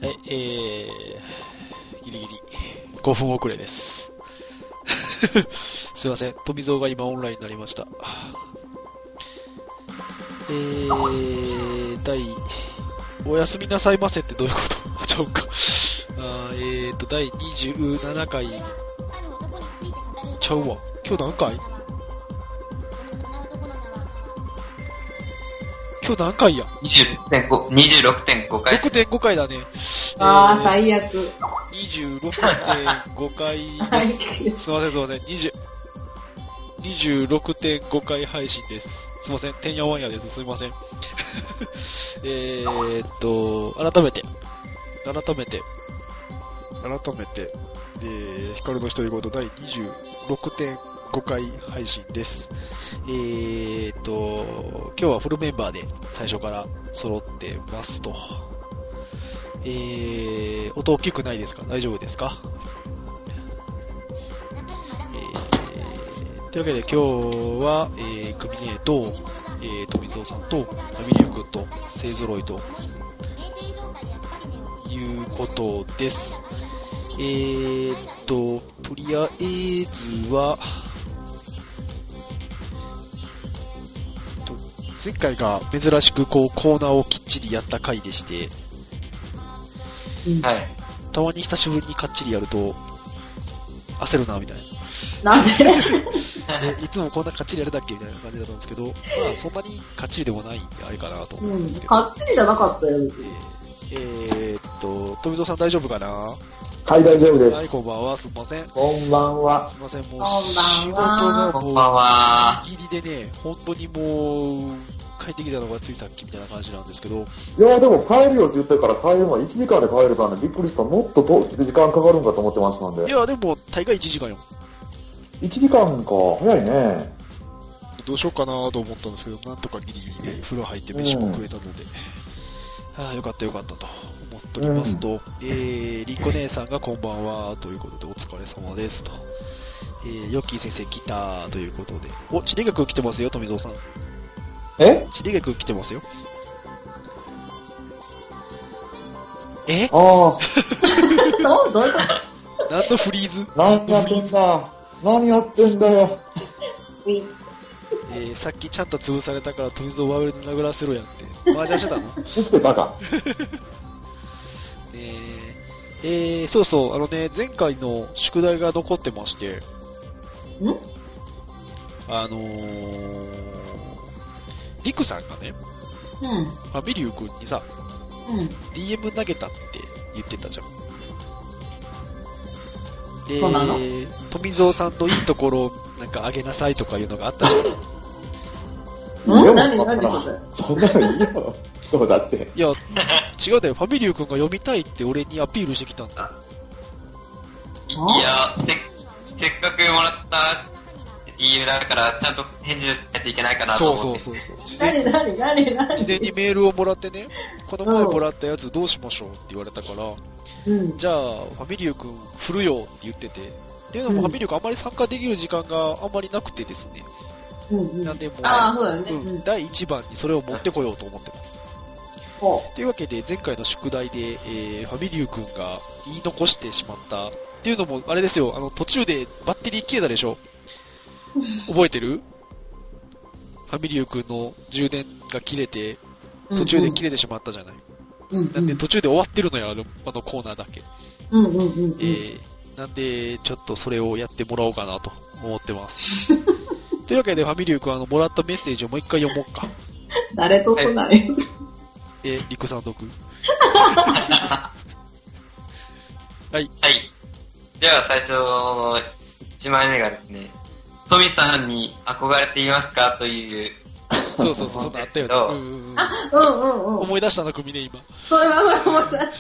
はい、ギリギリ5分遅れです。すいません、富蔵が今オンラインになりました。おやすみなさいませってどういうことちゃうか。第27回。ちゃうわ。今日何回今日何回や 26.5 回。 6.5 回だね。 最悪。 26.5回です。すいません、すいません。26.5 回配信です。すいません、てんやわんやです。すいません。改めて、ヒカルの独り言第26.5 回配信です。今日はフルメンバーで最初から揃ってますと。音大きくないですか？大丈夫ですか？というわけで今日は、クミネと、富蔵さんと、アミリュウ君と勢揃いということです。とりあえずは、前回が珍しくこうコーナーをきっちりやった回でして、 はい。 たまに久しぶりにかっちりやると焦るなみたいな。なんでいつもこんなかっちりやるだっけみたいな感じだったんですけど、まあそんなにかっちりでもないんであれかなと思うんですけど。 かっちりじゃなかったよ。 富蔵さん大丈夫かな？ はい、大丈夫です。 はい、こんばんは。すみません。 こんばんは。 すみません、もう仕事がこんばんは。 ギリギリでね、本当にもう帰ってきたのがついさっきみたいな感じなんですけど。 いやでも帰るよって言ってから帰るのは1時間で帰るからね、びっくりした。もっと時間かかるんかと思ってましたんで。 いや、でも大概1時間よ。 1時間か、早いね。 どうしようかなと思ったんですけど、なんとかギリギリで風呂入って飯も食えたので、よかったよかったと思っておりますと、りんこ姉さんがこんばんはということでお疲れ様ですと、ヨッキー先生来たということで、地理学来てますよ、富蔵さん。地理学来てますよ。 ああ。 どういうこと？ 何のフリーズ？ 何やってんだ。何やってんだよ。 さっきちゃんと潰されたから富蔵ワールで殴らせろやって。麻雀してたの？ してバカ。 そうそう、前回の宿題が残ってまして、リクさんがね、ファミリュー君にさ、DM 投げたって言ってたじゃん。で、富蔵さんのいいところをなんかあげなさいとかいうのがあったじゃん。 何それ？ そんなのいいよ。どうだって。 いや、違うだよ。ファミリュー君が読みたいって俺にアピールしてきたんだ。 いや、せっかくもらったDMだから、ちゃんと返事しないといけないかなと思って。 そう。 何事前にメールをもらってね、この前もらったやつどうしましょうって言われたから、じゃあ、ファミリュー君振るよって言ってて、っていうのもファミリュー君あんまり参加できる時間があんまりなくてですね。なんでもう、第1番にそれを持ってこようと思ってます。というわけで、前回の宿題で、ファミリュー君が言い残してしまったっていうのも、あれですよ、途中でバッテリー切れたでしょ？覚えてる？ファミリュー君の充電が切れて、途中で切れてしまったじゃない。なんで途中で終わってるのよ、あのコーナーだけ。なんで、ちょっとそれをやってもらおうかなと思ってます。というわけで、ファミリュー君もらったメッセージをもう一回読もうか。 誰とこないリクさん読。はい。 では最初の1枚目がですね、トミさんに憧れていますかという。 そう、そんなあったよね。思い出したな、組ね、今。 それは思い出した。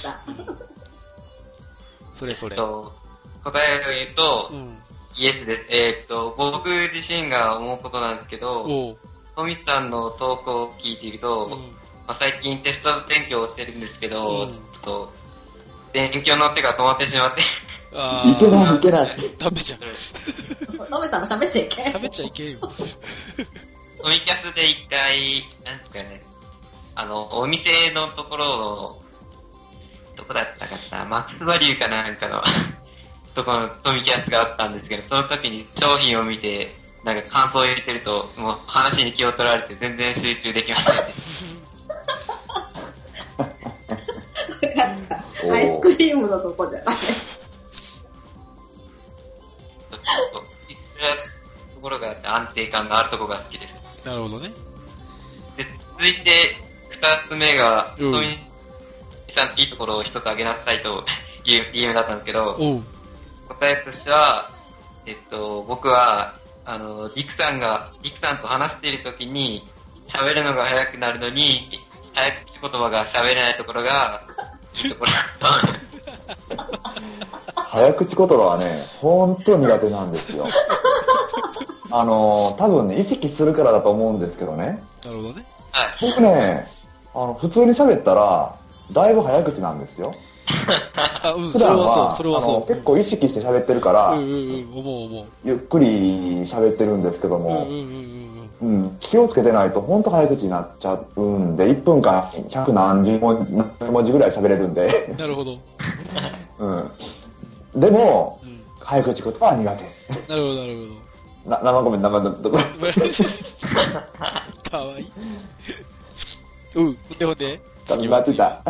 それ。 答えを言うと、イエスです。僕自身が思うことなんですけど、トミさんの投稿を聞いていると、最近テスト勉強をしてるんですけど、ちょっと、勉強の手が止まってしまって。 いけない。 ダメじゃん。 トミさんも喋っちゃいけん。 喋っちゃいけんよ。 トミキャスで一回、なんですかね、お店のところの、 どこだったかな、マックスバリューかなんかの、とこの富木安があったんですけど、その時に商品を見て、なんか感想を入れてると、もう話に気を取られて全然集中できません。 分かった。アイスクリームのとこじゃない。 ところがあって安定感があるところが好きです。 なるほどね。 で、続いて、二つ目が、富木さんいいところを一つ挙げなさいという DM だったんですけど、答えとしては、僕は、リクさんと話しているときに、喋るのが早くなるのに、早口言葉が喋れないところが、いいところだと。 早口言葉はね、ほんと苦手なんですよ。多分ね、意識するからだと思うんですけどね。 なるほどね。 僕ね、普通に喋ったら、だいぶ早口なんですよ。普段は結構意識して喋ってるから、ゆっくり喋ってるんですけども、気をつけてないと本当早口になっちゃうんで、1分間100何十文字ぐらい喋れるんで。 なるほど。 でも、早口言葉は苦手。 なるほど、なるほど。 生ごめん。かわいい。ほんで次は次は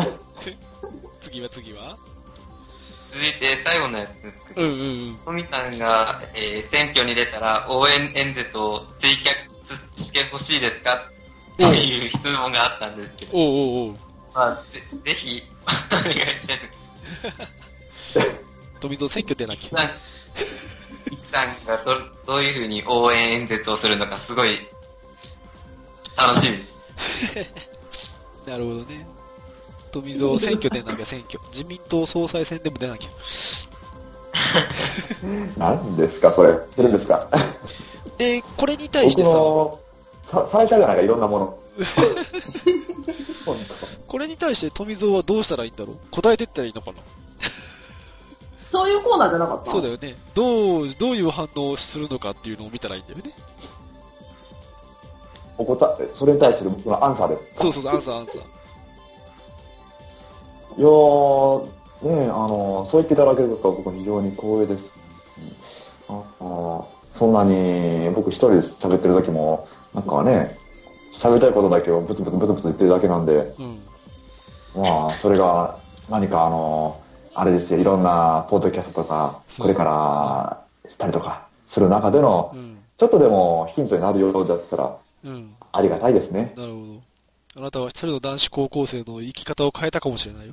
続いて最後のやつですけど、トミさんが、選挙に出たら応援演説を追加してほしいですかっていう質問があったんですけど、まあ、ぜひ、お願いしたいです。 富蔵選挙出なきゃ。 イキさんがどういう風に応援演説をするのかすごい楽しみです。 なるほどね。富蔵選挙出なきゃ選挙。自民党総裁選でも出なきゃ。 何ですかそれ。するんですかで、これに対してさ、 最初じゃないかいろんなもの。 これに対して富蔵はどうしたらいいんだろう答えてったらいいのかなそういうコーナーじゃなかった？ そうだよね。どういう反応をするのかっていうのを見たらいいんだよね。 それに対する僕のアンサーです。 そう、アンサー。 いやー、ねそう言っていただけることは僕は非常に光栄です。そんなに僕一人で喋ってる時も、なんかね、喋りたいことだけをブツブツ言ってるだけなんで、まあ、それが何かあれですよ、いろんなポッドキャストとか、これからしたりとかする中での、ちょっとでもヒントになるようだったら、ありがたいですね。 なるほど。あなたは一人の男子高校生の生き方を変えたかもしれないよ。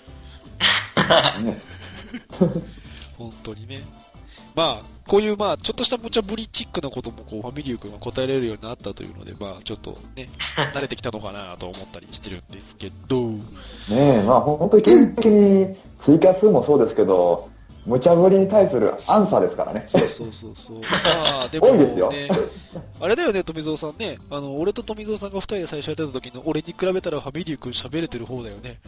ね、本当にね。まあ、こういうちょっとした無茶ぶりチックなこともファミリュー君が答えられるようになったというので、ちょっとね、慣れてきたのかなと思ったりしてるんですけど。 ねえ、本当に基本的に追加数もそうですけど、無茶ぶりに対するアンサーですからね。 そう。でも、ね、 多いですよ。 あれだよね、富蔵さんね。俺と富蔵さんが二人で最初やってた時の俺に比べたらファミリュー君喋れてる方だよね。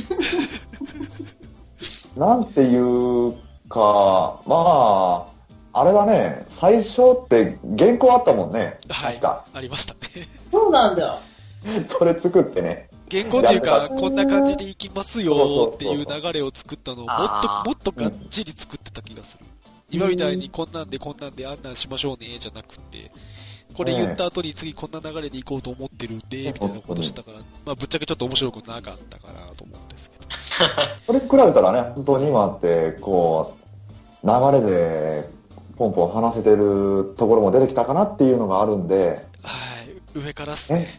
なんていうか、あれはね、最初って原稿あったもんね。 はい。 確か。 ありましたね。 そうなんだよ。 それ作ってね。 原稿っていうか、こんな感じでいきますよっていう流れを作ったのをもっとがっちり作ってた気がする。今みたいにこんなんであんなんしましょうねじゃなくて、これ言った後に次こんな流れでいこうと思ってるんで、みたいなことしたから、ぶっちゃけちょっと面白くなかったかなと思うんですけど。 それ比べたらね、本当に今って、流れでポンポン話せてるところも出てきたかなっていうのがあるんで。 はい、上からっすね。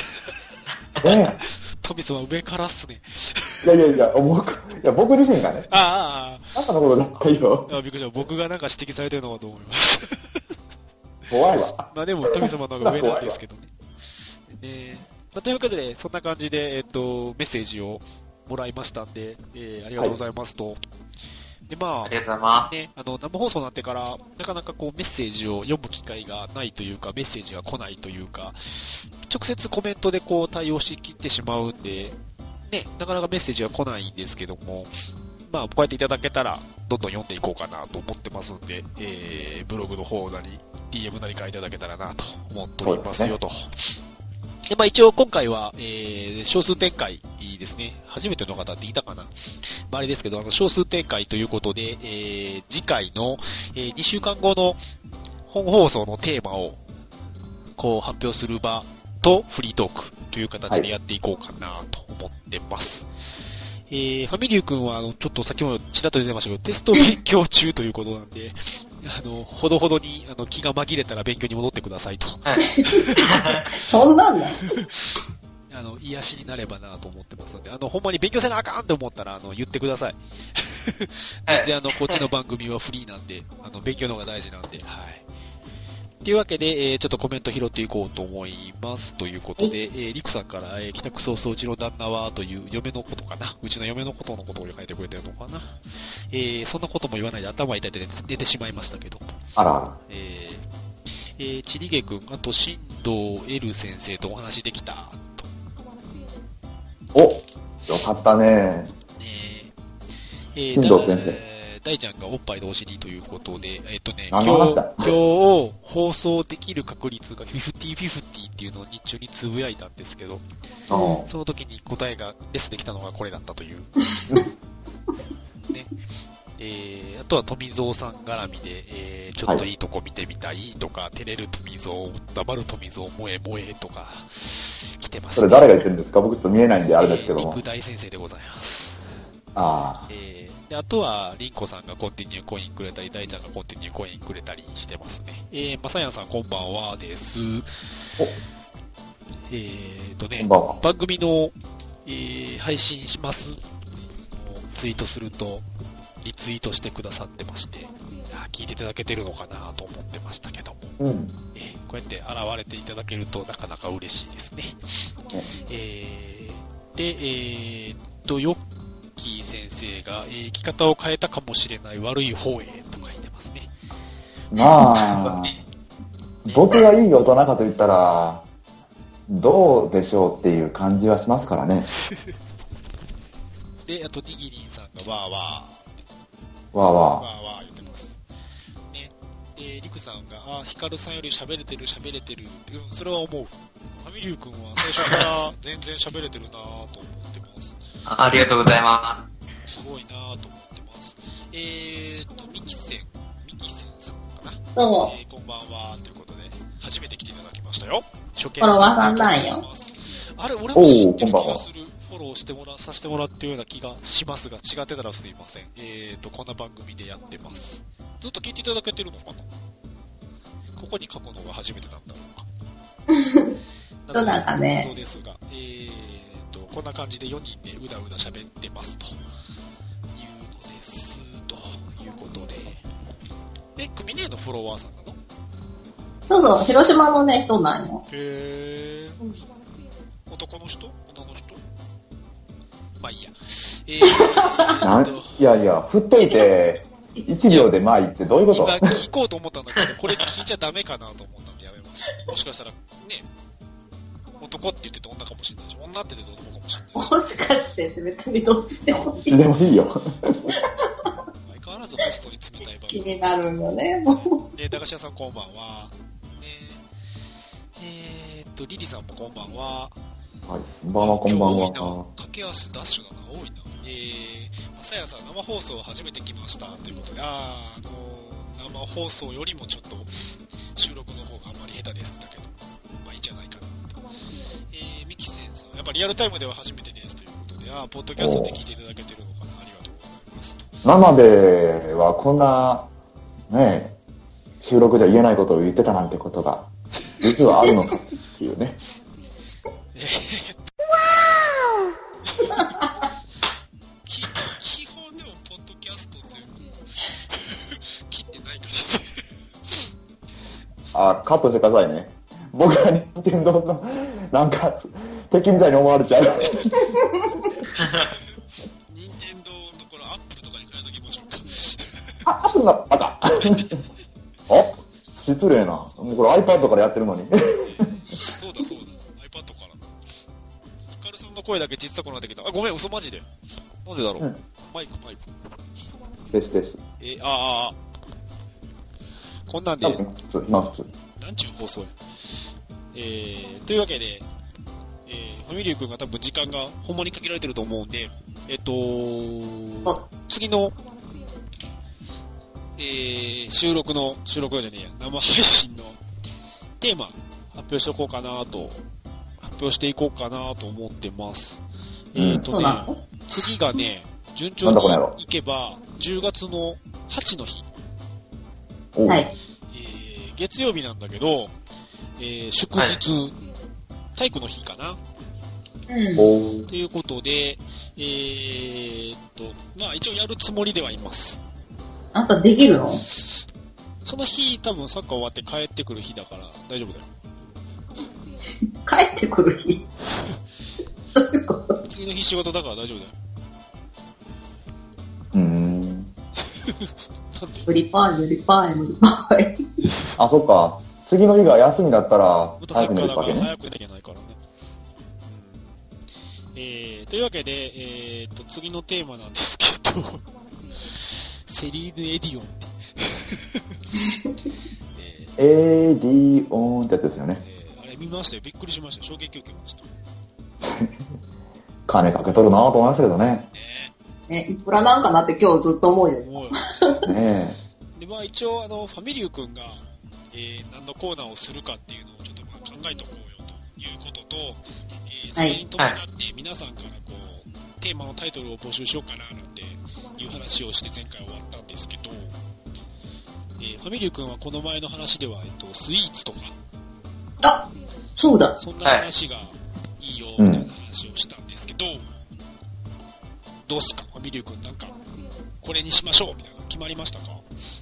富様上からっすね。 いや、僕自身がね。 あなたのことだったよ。 びっくりした。僕がなんか指摘されてるのかと思いました。 怖いわ。 でも富様の方が上なんですけどね。というわけで、そんな感じで、メッセージをもらいましたんで、ありがとうございますと。で、 ありがとうございます。 ね、生放送になってから、なかなかメッセージを読む機会がないというか、メッセージが来ないというか、直接コメントで対応しきってしまうんで、ね、なかなかメッセージが来ないんですけども、こうやっていただけたら、どんどん読んでいこうかなと思ってますんで、ブログの方なり、DM なり書いていただけたらなと思っておりますよと。で、一応今回は、少数展開回ですね。初めての方っていたかな。あれですけど、少数展開ということで、次回の、2週間後の本放送のテーマを、こう発表する場とフリートークという形でやっていこうかなと思ってます。ファミリュー君は、ちょっと先ほどちらっと出てましたけど、テスト勉強中ということなんで、ほどほどに、気が紛れたら勉強に戻ってくださいと。 そんなんだ。 癒しになればなと思ってますので、ほんまに勉強せなあかんって思ったら、言ってください。全然こっちの番組はフリーなんで、勉強の方が大事なんで、はい。というわけで、ちょっとコメント拾っていこうと思います。ということで、リクさんから、帰宅早々うちの旦那はという嫁のことかな。うちの嫁のことのことを書いてくれてるのかな。そんなことも言わないで頭痛いで出てしまいましたけど。 あら。 ちりげくん、あと、新藤 L 先生とお話できた。 とお、よかったね。新藤先生。 大ちゃんがおっぱいのお尻ということで、今日放送できる確率が50-50っていうのを日中につぶやいたんですけど、その時に答えがレスできたのがこれだったという。ね。あとは富蔵さん絡みで、ちょっといいとこ見てみたいとか、照れる富蔵、黙る富蔵、萌え萌えとか、来てます、ね。 それ誰が言ってるんですか？僕ちょっと見えないんであれですけども。 陸大先生でございます。 ああ。 で、あとは、リンコさんがコンティニューコインくれたり、大ちゃんがコンティニューコインくれたりしてますね。まさやさんこんばんはです。番組の、配信しますツイートすると、リツイートしてくださってまして、聞いていただけてるのかなと思ってましたけども、こうやって現れていただけるとなかなか嬉しいですね。で、ヨッキー先生が、生き方を変えたかもしれない悪い方へと書いてますね。 まあ、僕がいい大人かと言ったら、どうでしょうっていう感じはしますからね。 で、あと、にぎりんさんがわーわー。 わーわー。 わーわー言ってます。ね。りくさんが、ヒカルさんより喋れてる。それは思う。ファミリュー君は最初から全然喋れてるなぁと思ってます。 ありがとうございます。 すごいなぁと思ってます。ミキセンさんかな。 そう。 こんばんは、ということで、初めて来ていただきましたよ。 フォロワーさんなんよ。 あれ、俺も知ってる気がする。フォローさせてもらってるような気がしますが、違ってたらすいません。こんな番組でやってます。ずっと聞いていただけてるのかな？ここに書くのが初めてなんだろうか。 どうなんかね。 そうですが、こんな感じで4人でうだうだ喋ってますというのです。ということで。クミネーのフォロワーさんなの？ そうそう、広島のね、人なんよ。 へー。男の人？女の人？まあいいや。 いやいや、振っといて、1秒でまあいいってどういうこと？ 今聞こうと思ったんだけど、これ聞いちゃダメかなと思ったんでやめました。もしかしたら、ね、男って言ってて女かもしれないし、女って言ってて男かもしれないし。 もしかしてって別にどっちでもいい。 どっちでもいいよ。 相変わらずホストに冷たい番組。 気になるんよね、もう。で、駄菓子屋さんこんばんは。リリさんもこんばんは。 はい、こんばんは、こんばんは。 駆け足ダッシュだな、多いな。まさやさん、生放送初めて来ました。ということで、生放送よりもちょっと、収録の方があんまり下手でしたけど、まあいいんじゃないかなと。ミキセンさん、やっぱリアルタイムでは初めてですということで、ポッドキャストで聞いていただけてるのかな、ありがとうございます。 生ではこんな、ね、収録では言えないことを言ってたなんてことが、実はあるのかっていうね。 基本でもポッドキャスト全部切ってないからね。 カットしてくださいね。僕が任天堂のなんか敵みたいに思われちゃう。 任天堂のところアップルとかに変えときましょうか。 アップルだバカ。失礼な。もうこれ iPad からやってるのに。 そうだ iPad から。ヒカルさんの声だけ実はこうなんだけど、ごめん、嘘マジで。なんでだろう、マイク。 です。 こんなんで。 普通。 なんちゅう放送や。というわけで、ファミリー君が多分時間がほんまに限られてると思うんで、次の、収録じゃねえや、生配信のテーマ、発表しておこうかなと、発表していこうかなと思ってます。次がね、順調にいけば、10月の8の日。 はい。 月曜日なんだけど、祝日、体育の日かな。ということで、まあ一応やるつもりではいます。 あんたできるの？ その日、多分サッカー終わって帰ってくる日だから大丈夫だよ。 帰ってくる日どういうこと？ 次の日仕事だから大丈夫だよ。 無理パイ。 あ、そっか。次の日が休みだったら、 早く寝るわけね。早く寝なきゃいけないからね。というわけで、次のテーマなんですけど、セリーヌ・エディオンって。 エディオンってやつですよね。 あれ見ましたよ。びっくりしました。衝撃を受けました。 金かけとるなぁと思いましたけどね。 いくらなんかなって今日ずっと思うよ。 ねで、まあ一応ファミリュー君が、何のコーナーをするかっていうのをちょっとまあ考えておこうよということと、それに伴って皆さんからこう、テーマのタイトルを募集しようかななんていう話をして前回終わったんですけど、ファミリュー君はこの前の話では、スイーツとか、 あ、そうだ。 そんな話がいいよみたいな話をしたんですけど、どうすか、ファミリュー君、なんかこれにしましょうみたいな決まりましたか？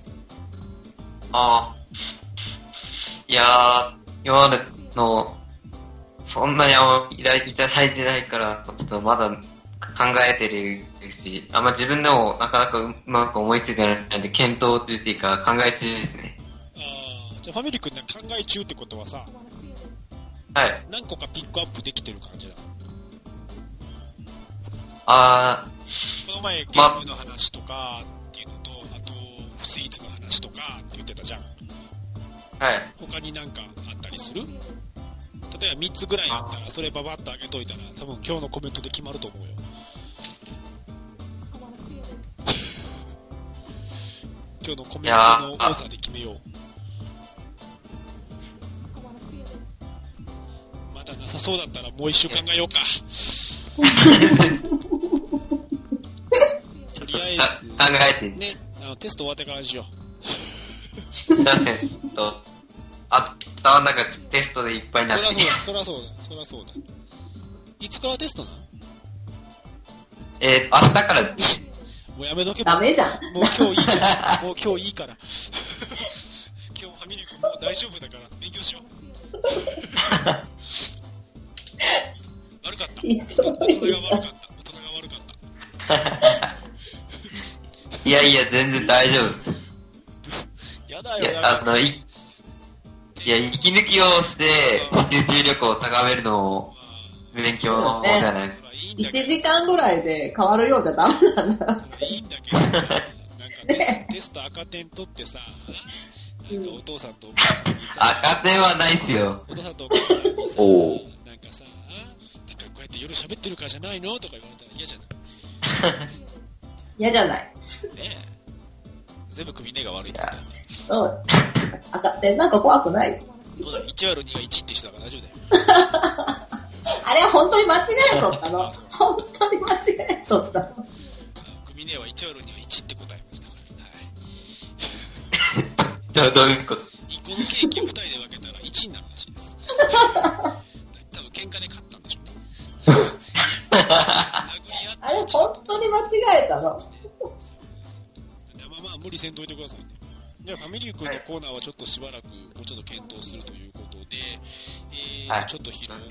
いやー、今までのそんなにいただいてないからちょっとまだ考えてるし、あんま自分でもなかなかうまく思いついてないので検討というか考え中ですね。 じゃあファミリー君が考え中ってことはさ、 はい。 何個かピックアップできてる感じだ。この前ゲームの話とかっていうのと、あとスイーツの話とかって言ってたじゃん。 はい。 他になんかあったりする？例えば3つぐらいあったらそれババッとあげといたら多分今日のコメントで決まると思うよ。今日のコメントの多さで決めよう。まだなさそうだったらもう一週考えようか。とりあえず考えてね、テスト終わってからにしよう。 頭の中テストでいっぱいになって。 そらそうだ。いつからテストなの？ 明日からです。 もうやめとけば。 ダメじゃん。 もう今日いいから。今日ファミリー君もう大丈夫だから勉強しよう。悪かった。大人が悪かった。 いや、全然大丈夫。 やだよ。 息抜きをして集中力を高めるのも勉強の方じゃない。 1時間ぐらいで変わるようじゃダメなんだ。 いいんだけどさ、なんかね、テスト赤点取ってさ、お父さんとお母さんにさ、 赤点はないっすよ。 お父さんとお母さんにさ、なんかさ、なんかこうやって夜喋ってるからじゃないのとか言われたら嫌じゃない？ 嫌じゃない。 ねえ。全部首根が悪いって言ったよね。 うん。赤点なんか怖くない。 どうだ、1割る2が1って人だから大丈夫だよ。 あれは本当に間違えとったの。本当に間違えとったの。 首根は1割る2は1って答えましたから。はい。 じゃあどういうこと？ 1個のケーキを2人で分けたら1になるらしいです。多分喧嘩で勝ったんでしょうね。 あれ本当に間違えたの。 まあ無理せんといてくださいね。じゃあファミリー君のコーナーはちょっとしばらくもうちょっと検討するということで、ちょっと拾おうかな。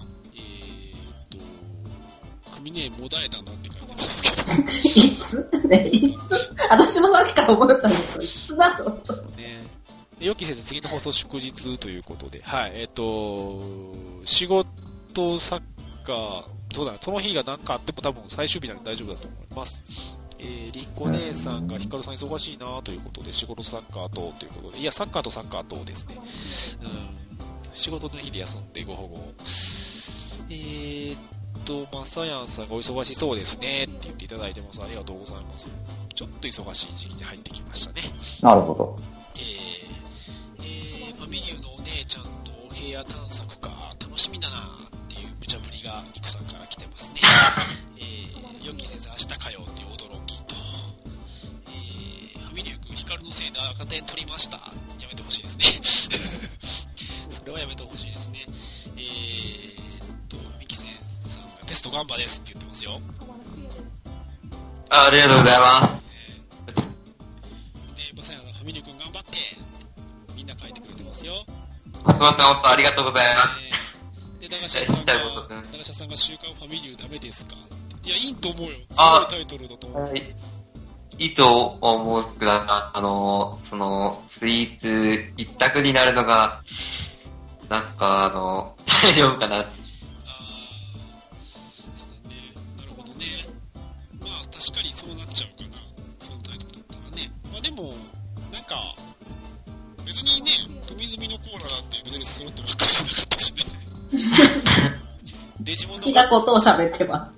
組ねもだえたのって書いてますけど。 いつ私もさっきから思ったんですけど、いつなのね。予期せず次の放送祝日ということで、はい、仕事、サッカー、そうだね、その日が何かあっても多分最終日なんで大丈夫だと思います。りんこ姉さんがヒカルさん忙しいなということで、仕事サッカーということで、いや、サッカーとサッカーとですね、仕事の日で休んでご保護まさやんさんがお忙しそうですねって言っていただいてます。ありがとうございます。ちょっと忙しい時期に入ってきましたね。 なるほど。 ファミリューのお姉ちゃんとお部屋探索か、楽しみだなっていう無茶ぶりがリクさんから来てますね。ヨッキー先生明日かよっていう驚きと、ファミリュー君ヒカルのせいで赤点取りました。やめてほしいですね。それはやめてほしいですね。ミキ先さんがテストガンバですって言ってますよ。 ありがとうございます。 で、バサヤのファミリュー君頑張って、みんな書いてくれてますよ。 すみません、本当ありがとうございます。 で、駄菓子屋さんが週刊ファミリューダメですか？いや、いいと思うよ。すごいタイトルだと思う。 いいと思うけど、その、スイーツ一択になるのが、なんか、大丈夫かな。 そうだね。なるほどね。まあ、確かにそうなっちゃうかな。そのタイトルだったらね。まあでも、なんか、別にね、富住のコーナーなんて別にスロットばっかりじゃなかったしね。デジモノ好きなことを喋ってます。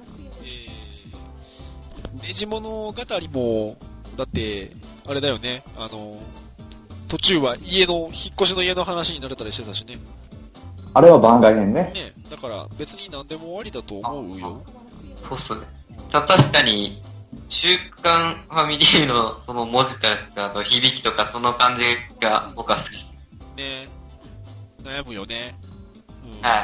デジモノ語りも、だって、あれだよね、途中は引っ越しの家の話になれたりしてたしね。 あれは番外編ね。 ね、だから別に何でもありだと思うよ。 そうっすね。確かに、週刊ファミリーのその文字から響きとかその感じが僕は好き。 ね、悩むよね。 うん、はい。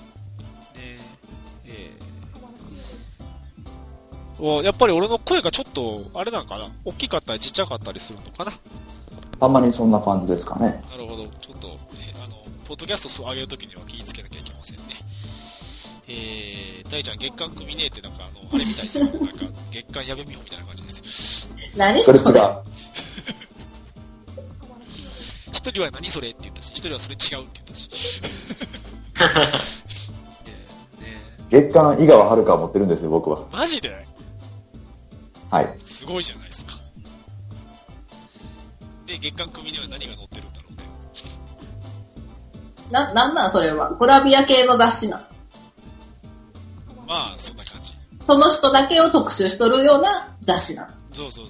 やっぱり俺の声がちょっと、あれなんかな、大きかったりちっちゃかったりするのかな。 あんまりそんな感じですかね。 なるほど。ちょっと、ポッドキャストを上げるときには気をつけなきゃいけませんね。大ちゃん月間組ねえってなんかあれみたいですよ。なんか月間やべみほみたいな感じですよ。 何それ？ それ違う。 一人は何それって言ったし、一人はそれ違うって言ったし。 月間井川遥を持ってるんですよ、僕は。 マジで？ はい。 すごいじゃないですか。で、月刊組には何が載ってるんだろうね。 なんなんそれは。グラビア系の雑誌な。 まあ、そんな感じ。 その人だけを特集しとるような雑誌な。 そうそう。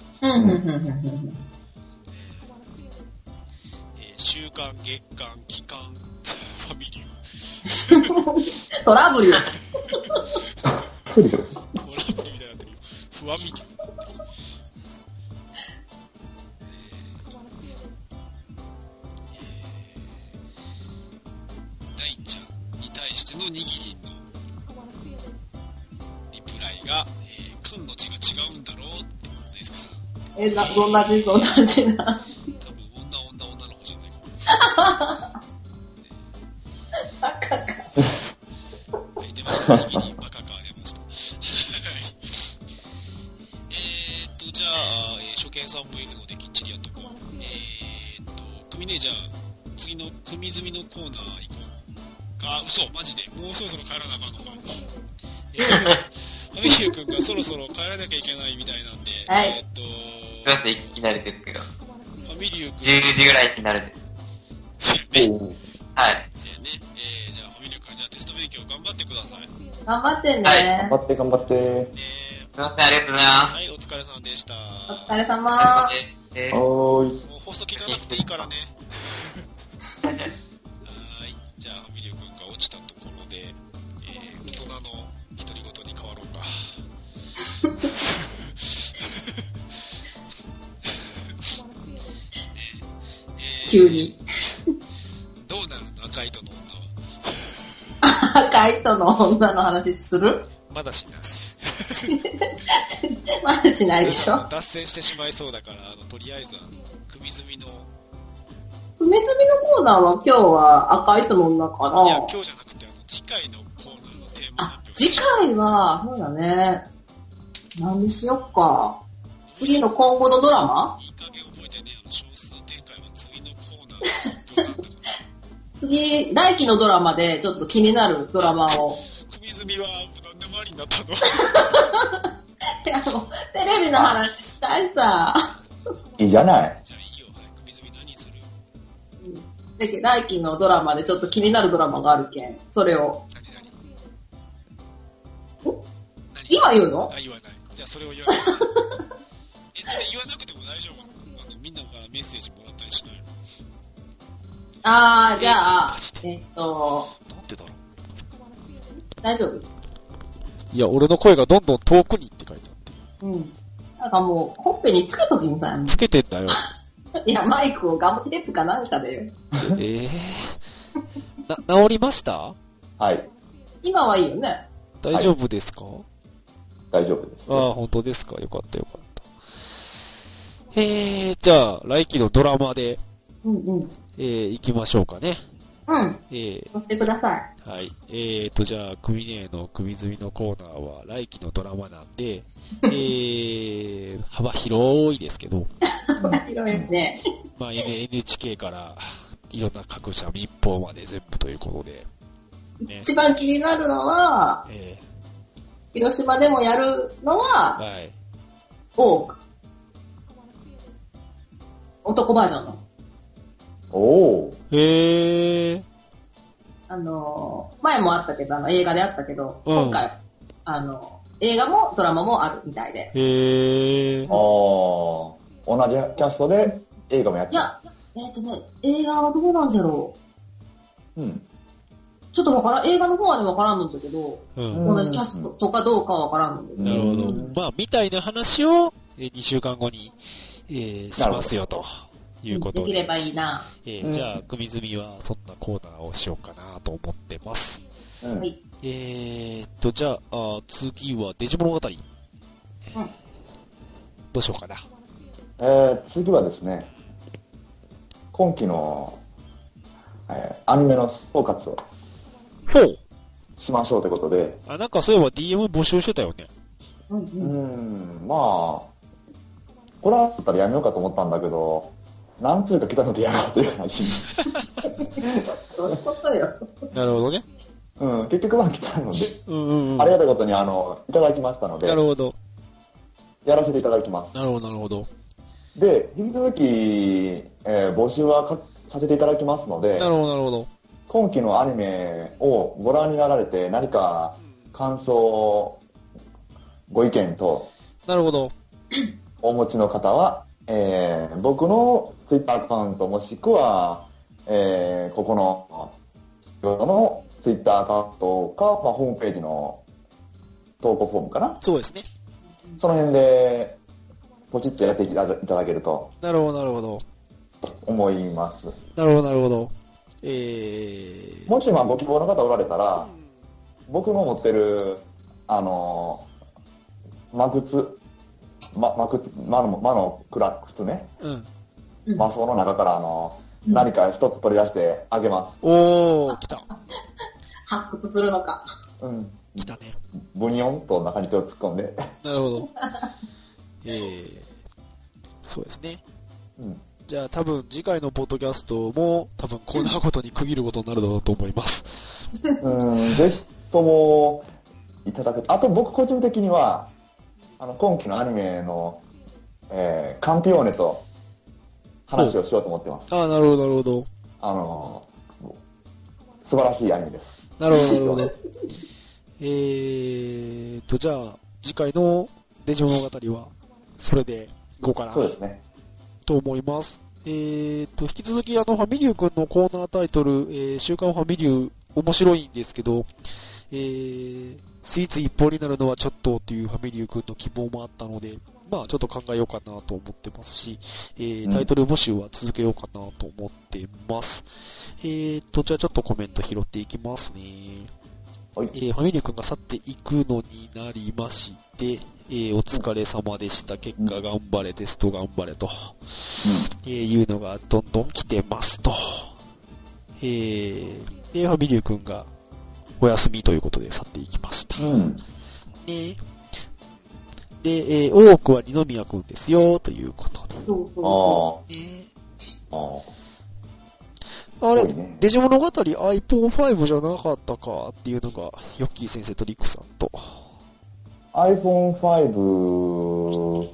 週刊、月刊、期間、ファミリュー。 トラブルよ。 トラブルみたいになってるよ。 フワミリュー。大ちゃんに対してのにぎりのリプライが、缶の字が違うんだろうって大輔さん。 どんな字な。 多分女の方じゃないかな。 バカか。 はい、出ました。にぎりバカか出ました。じゃあ、初見さんもいるのできっちりやっとこう。組ね、じゃあ、次の組済みのコーナー行こう。嘘、マジで。もうそろそろ帰らなあかんのか。ファミリュー君がそろそろ帰らなきゃいけないみたいなんで、 はい。 すいません、いきなりですけど。 ファミリュー君。 10時ぐらいになるんで。 そうやね。 はい。 そうやね。じゃあ、ファミリュー君、じゃあテスト勉強頑張ってください。 頑張ってね。 はい、 頑張って。 すいません、ありがとうございます。 はい、お疲れさんでした。 お疲れ様。 はーい。 もう放送聞かなくていいからね。はい。じゃあ、ファミリュー君が落ちたところで、大人の独り言に変わろうか。 急に。 どうなるの赤い糸の女は。赤い糸の女の話する？ まだしない。 まだしないでしょ。 脱線してしまいそうだから、とりあえず組済みの。 組済みのコーナーは今日は赤い糸の女かな。 いや、今日じゃなくて、次回のコーナーのテーマ発表。 次回は、そうだね。何にしよっか。次の今後のドラマ？ いい加減覚えてね、少数展開は次のコーナーの発表なんだから。 次、来期のドラマでちょっと気になるドラマを。 組済みは何でもありになったの？ いや、もう、テレビの話したいさ。 いいじゃない。 じゃあいいよ、はい、組済み何する？ で、来期のドラマでちょっと気になるドラマがあるけん。それを。 何今言うの？ 言わない。じゃあそれを言わない。それ言わなくても大丈夫。みんなからメッセージもらったりしない？ じゃあ、 なんでだろう。 大丈夫？ いや、俺の声がどんどん遠くにって書いてあって。 なんかもう、ほっぺにつけときんさい。 つけてんだよ。 いや、マイクをガムテープかなんかでよ。 治りました？ はい。 今はいいよね。 大丈夫ですか？ 大丈夫です、ね。 本当ですか。よかったよかった。じゃあ、来期のドラマで、行きましょうかね。 押してください。 はい。じゃあ、組ねの組積みのコーナーは来期のドラマなんで、幅広いですけど。 幅広いね。 まあ、NHK からいろんな各社民放まで全部ということで。 ね、一番気になるのは、広島でもやるのは、男バージョンの。前もあったけど、映画であったけど、今回、映画もドラマもあるみたいで。 同じキャストで映画もやってる？ いや、映画はどうなんじゃろう。ちょっとわからん、映画の方はねわからんのだけど、同じキャストとかどうかはわからんので。 なるほど。まあ、みたいな話を、2週間後に、しますよと。いうことで。 できればいいな。 じゃあ、組積みはそんなコーナーをしようかなと思ってます。じゃあ、次はデジ物語。どうしようかな。 次はですね、今期の、アニメの総括をしましょうということで。 なんかそういえば DM 募集してたよね。 まあ、これだったらやめようかと思ったんだけど、何通か来たのでやろうという話に。 そういうことよ。 なるほどね。 結局は来たので、ありがたいことにいただきましたので、 なるほど。 やらせていただきます。 なるほど、なるほど。 で、引き続き、募集はさせていただきますので、 なるほど、なるほど。 今期のアニメをご覧になられて何か感想、ご意見等、 なるほど。 お持ちの方は、僕のツイッターアカウントもしくは、ここのツイッターアカウントか、ホームページの投稿フォームかな。 そうですね。 その辺でポチッとやっていただけると。 なるほど、なるほど。 思います。 なるほど、なるほど。 もしご希望の方おられたら、僕の持ってる魔の靴ね。魔法の中から何か一つ取り出してあげます。 来た。 発掘するのか。 来たね。 ブニョンと中に手を突っ込んで。 なるほど。そうですね。じゃあ多分次回のポッドキャストも多分こんなことに区切ることになるだろうと思います。 ぜひともいただく。あと僕個人的には、今期のアニメの、カンピオーネと話をしようと思ってます。 なるほど、なるほど。 素晴らしいアニメです。 なるほど、なるほど。じゃあ、次回のデジ物語は、それでいこうかな。 そうですね。と思います。引き続きファミリュー君のコーナータイトル、週刊ファミリュー面白いんですけど、スイーツ一本になるのはちょっとというファミリュー君の希望もあったので、まあちょっと考えようかなと思ってますし、タイトル募集は続けようかなと思ってます。じゃあちょっとコメント拾っていきますね。ファミリュー君が去っていくのになりまして、お疲れ様でした。結果頑張れですと頑張れと、いうのがどんどん来てますと。で、ファミリュー君がお休みということで去っていきました。で、多くは二宮君ですよということで。あれ、デジ物語 iPhone5 じゃなかったかっていうのが、ヨッキー先生とリックさんと。 iPhone5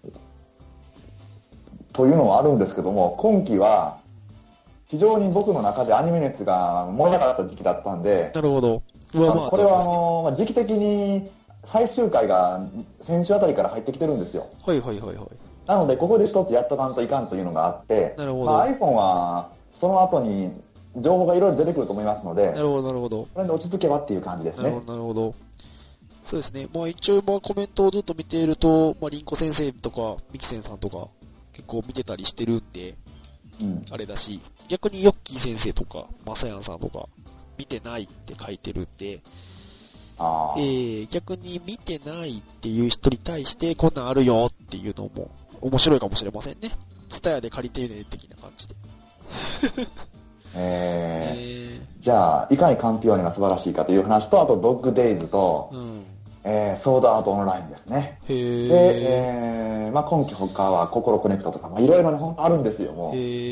というのはあるんですけども、今期は非常に僕の中でアニメ熱が燃えなかった時期だったんで、 なるほど。 これは時期的に最終回が先週あたりから入ってきてるんですよ。 はいはいはいはい。 なので、ここで一つやっとかんといかんというのがあって、 なるほど。 iPhone は、その後に情報がいろいろ出てくると思いますので、 なるほどなるほど。 これで落ち着けばっていう感じですね。 なるほどなるほど。そうですね。一応コメントをずっと見ていると、リンコ先生とか、ミキセンさんとか、結構見てたりしてるんで、あれだし、逆にヨッキー先生とか、マサヤンさんとか、見てないって書いてるんで、逆に見てないっていう人に対して、こんなんあるよっていうのも面白いかもしれませんね。ツタヤで借りてね的な感じで。 じゃあ、いかにカンピオーネが素晴らしいかという話と、あとドッグデイズと、ソードアートオンラインですね。で、今期他はココロコネクトとか、いろいろね、ほんとあるんですよ、もう。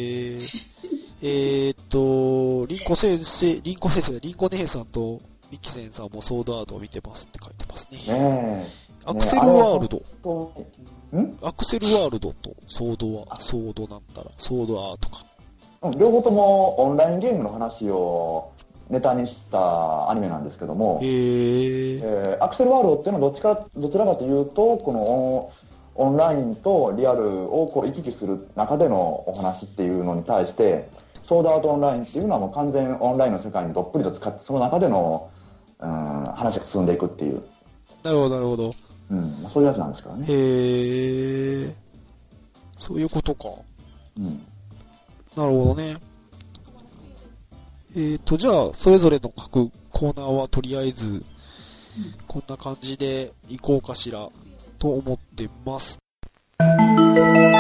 リンコ姉さんとミキセンさんもソードアートを見てますって書いてますね。アクセルワールド。アクセルワールドとソードなんたら、ソードアートか。 両方ともオンラインゲームの話をネタにしたアニメなんですけども、アクセルワールドっていうのはどちらかというと、このオンラインとリアルを行き来する中でのお話っていうのに対して、ソードアートオンラインっていうのはもう完全オンラインの世界にどっぷりと使って、その中での、話が進んでいくっていう。 なるほど、なるほど。 そういうやつなんですからね。 そういうことか。なるほどね。じゃあ、それぞれの各コーナーはとりあえず、こんな感じでいこうかしら、と思ってます。